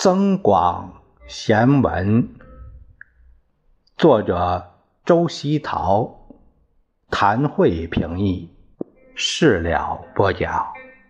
增广贤文，作者周希陶，谭慧评译，事了播讲。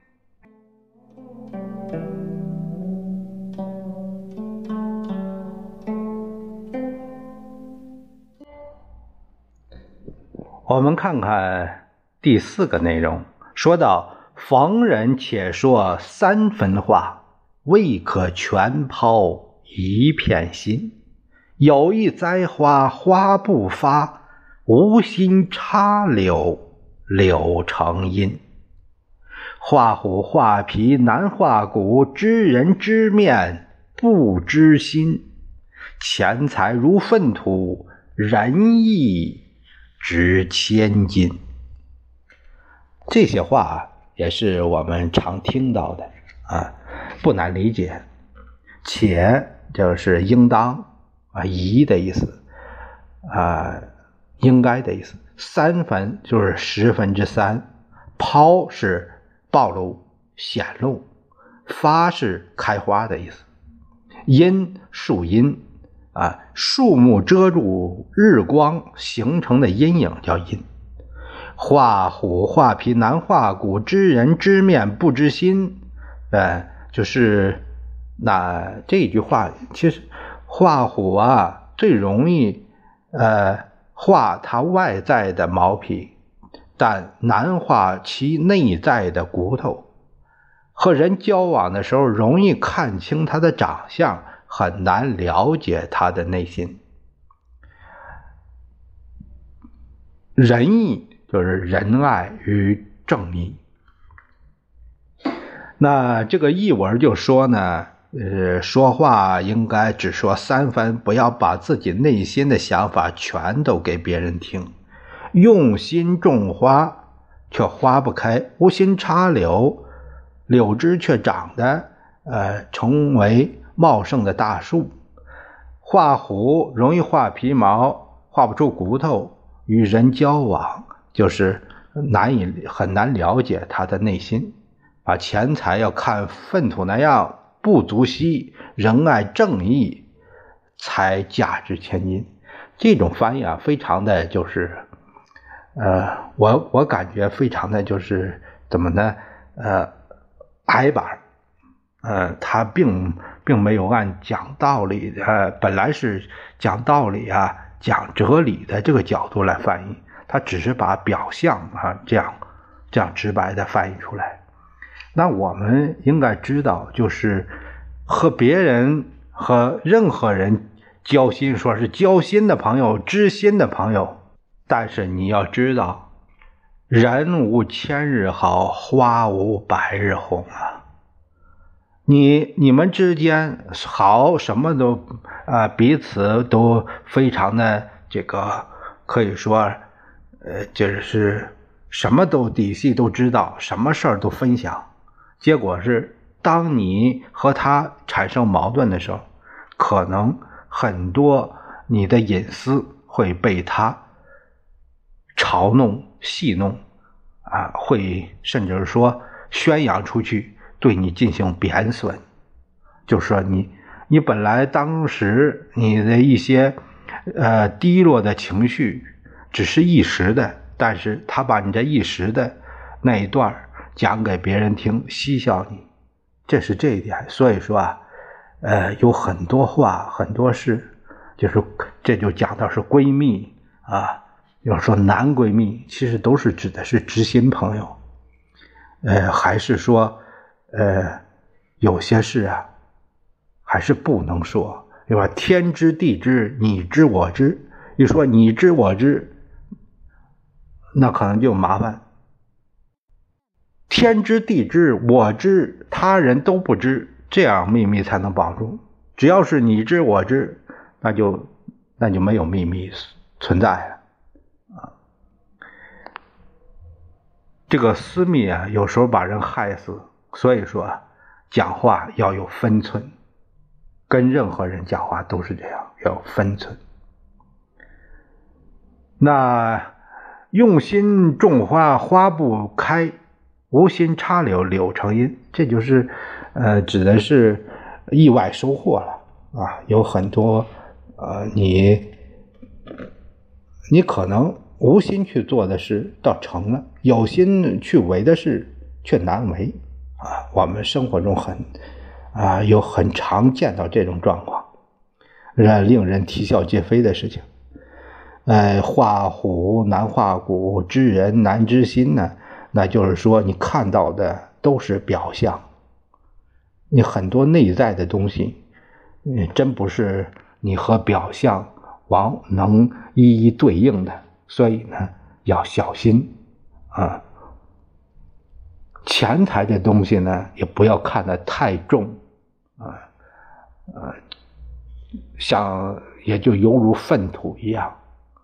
我们看看第4个内容，说到逢人且说3分话，未可全抛一片心。有意栽花花不发，无心插柳柳成荫。画虎画皮难画骨，知人知面不知心。钱财如粪土，仁义值千金。这些话也是我们常听到的不难理解。且就是应当宜的意思应该的意思。3分就是3/10，抛是暴露显露，发是开花的意思。阴树荫树木遮住日光形成的阴影叫阴。画虎画皮难画骨，知人知面不知心。就是那这句话，其实画虎最容易画它外在的毛皮，但难画其内在的骨头。和人交往的时候容易看清他的长相，很难了解他的内心。仁义就是仁爱与正义。那这个译文就说呢，说话应该只说3分，不要把自己内心的想法全都给别人听。用心种花却花不开，无心插柳，柳枝却长得成为茂盛的大树。画虎容易画皮毛，画不出骨头。与人交往就是很难了解他的内心。把钱财要看粪土那样不足惜，仁爱正义才价值千金。这种翻译非常的就是我感觉非常的就是怎么呢矮板。他并没有按讲道理的本来是讲道理讲哲理的这个角度来翻译，他只是把表象这样直白的翻译出来。那我们应该知道，就是和别人和任何人交心，说是交心的朋友，知心的朋友，但是你要知道，人无千日好，花无百日红你们之间好，什么都彼此都非常的这个可以说就是什么都底细都知道，什么事儿都分享。结果是当你和他产生矛盾的时候，可能很多你的隐私会被他嘲弄戏弄会甚至说宣扬出去，对你进行贬损。就是说你本来当时你的一些低落的情绪只是一时的，但是他把你这一时的那一段讲给别人听，嬉笑你，这是这一点。所以说有很多话很多事，就是这就讲到是闺蜜有说男闺蜜，其实都是指的是知心朋友。还是说有些事还是不能说，对吧？天知地知，你知我知。一说你知我知，那可能就麻烦。天知地知，我知，他人都不知，这样秘密才能保住。只要是你知我知，那就没有秘密存在了这个私密有时候把人害死。所以说讲话要有分寸，跟任何人讲话都是这样，要有分寸。那用心种花花不开，无心插柳柳成荫，这就是指的是意外收获了啊，有很多你可能无心去做的事倒成了，有心去为的事却难为啊。我们生活中有很常见到这种状况，令人啼笑皆非的事情。画虎难画骨，知人难知心呢，那就是说你看到的都是表象，你很多内在的东西真不是你和表象能一一对应的，所以呢要小心啊。钱财这东西呢也不要看得太重像也就犹如粪土一样，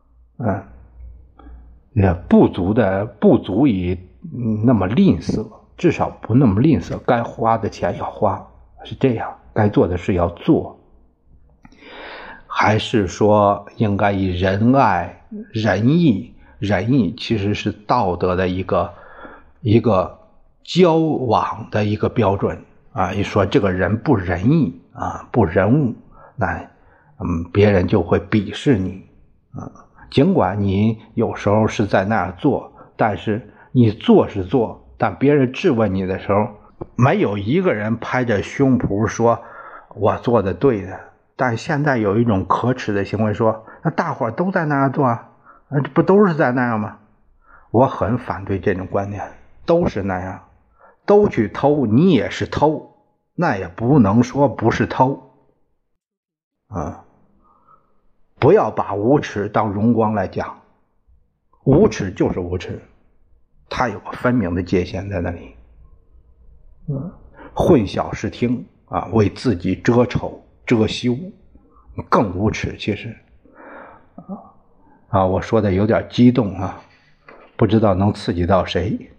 也不足以那么吝啬，至少不那么吝啬，该花的钱要花，是这样，该做的事要做。还是说应该以仁爱、仁义其实是道德的一个交往的一个标准啊。一说这个人不仁义啊，不仁物，那别人就会鄙视你啊。尽管你有时候是在那儿做，但是你做是做，但别人质问你的时候，没有一个人拍着胸脯说我做的对的。但现在有一种可耻的行为，说那大伙都在那样做啊，不都是在那样吗？我很反对这种观念，都是那样，都去偷，你也是偷，那也不能说不是偷啊。不要把无耻当荣光来讲，无耻就是无耻，它有个分明的界限在那里。混淆视听啊，为自己遮丑遮羞，更无耻。其实我说的有点激动啊，不知道能刺激到谁。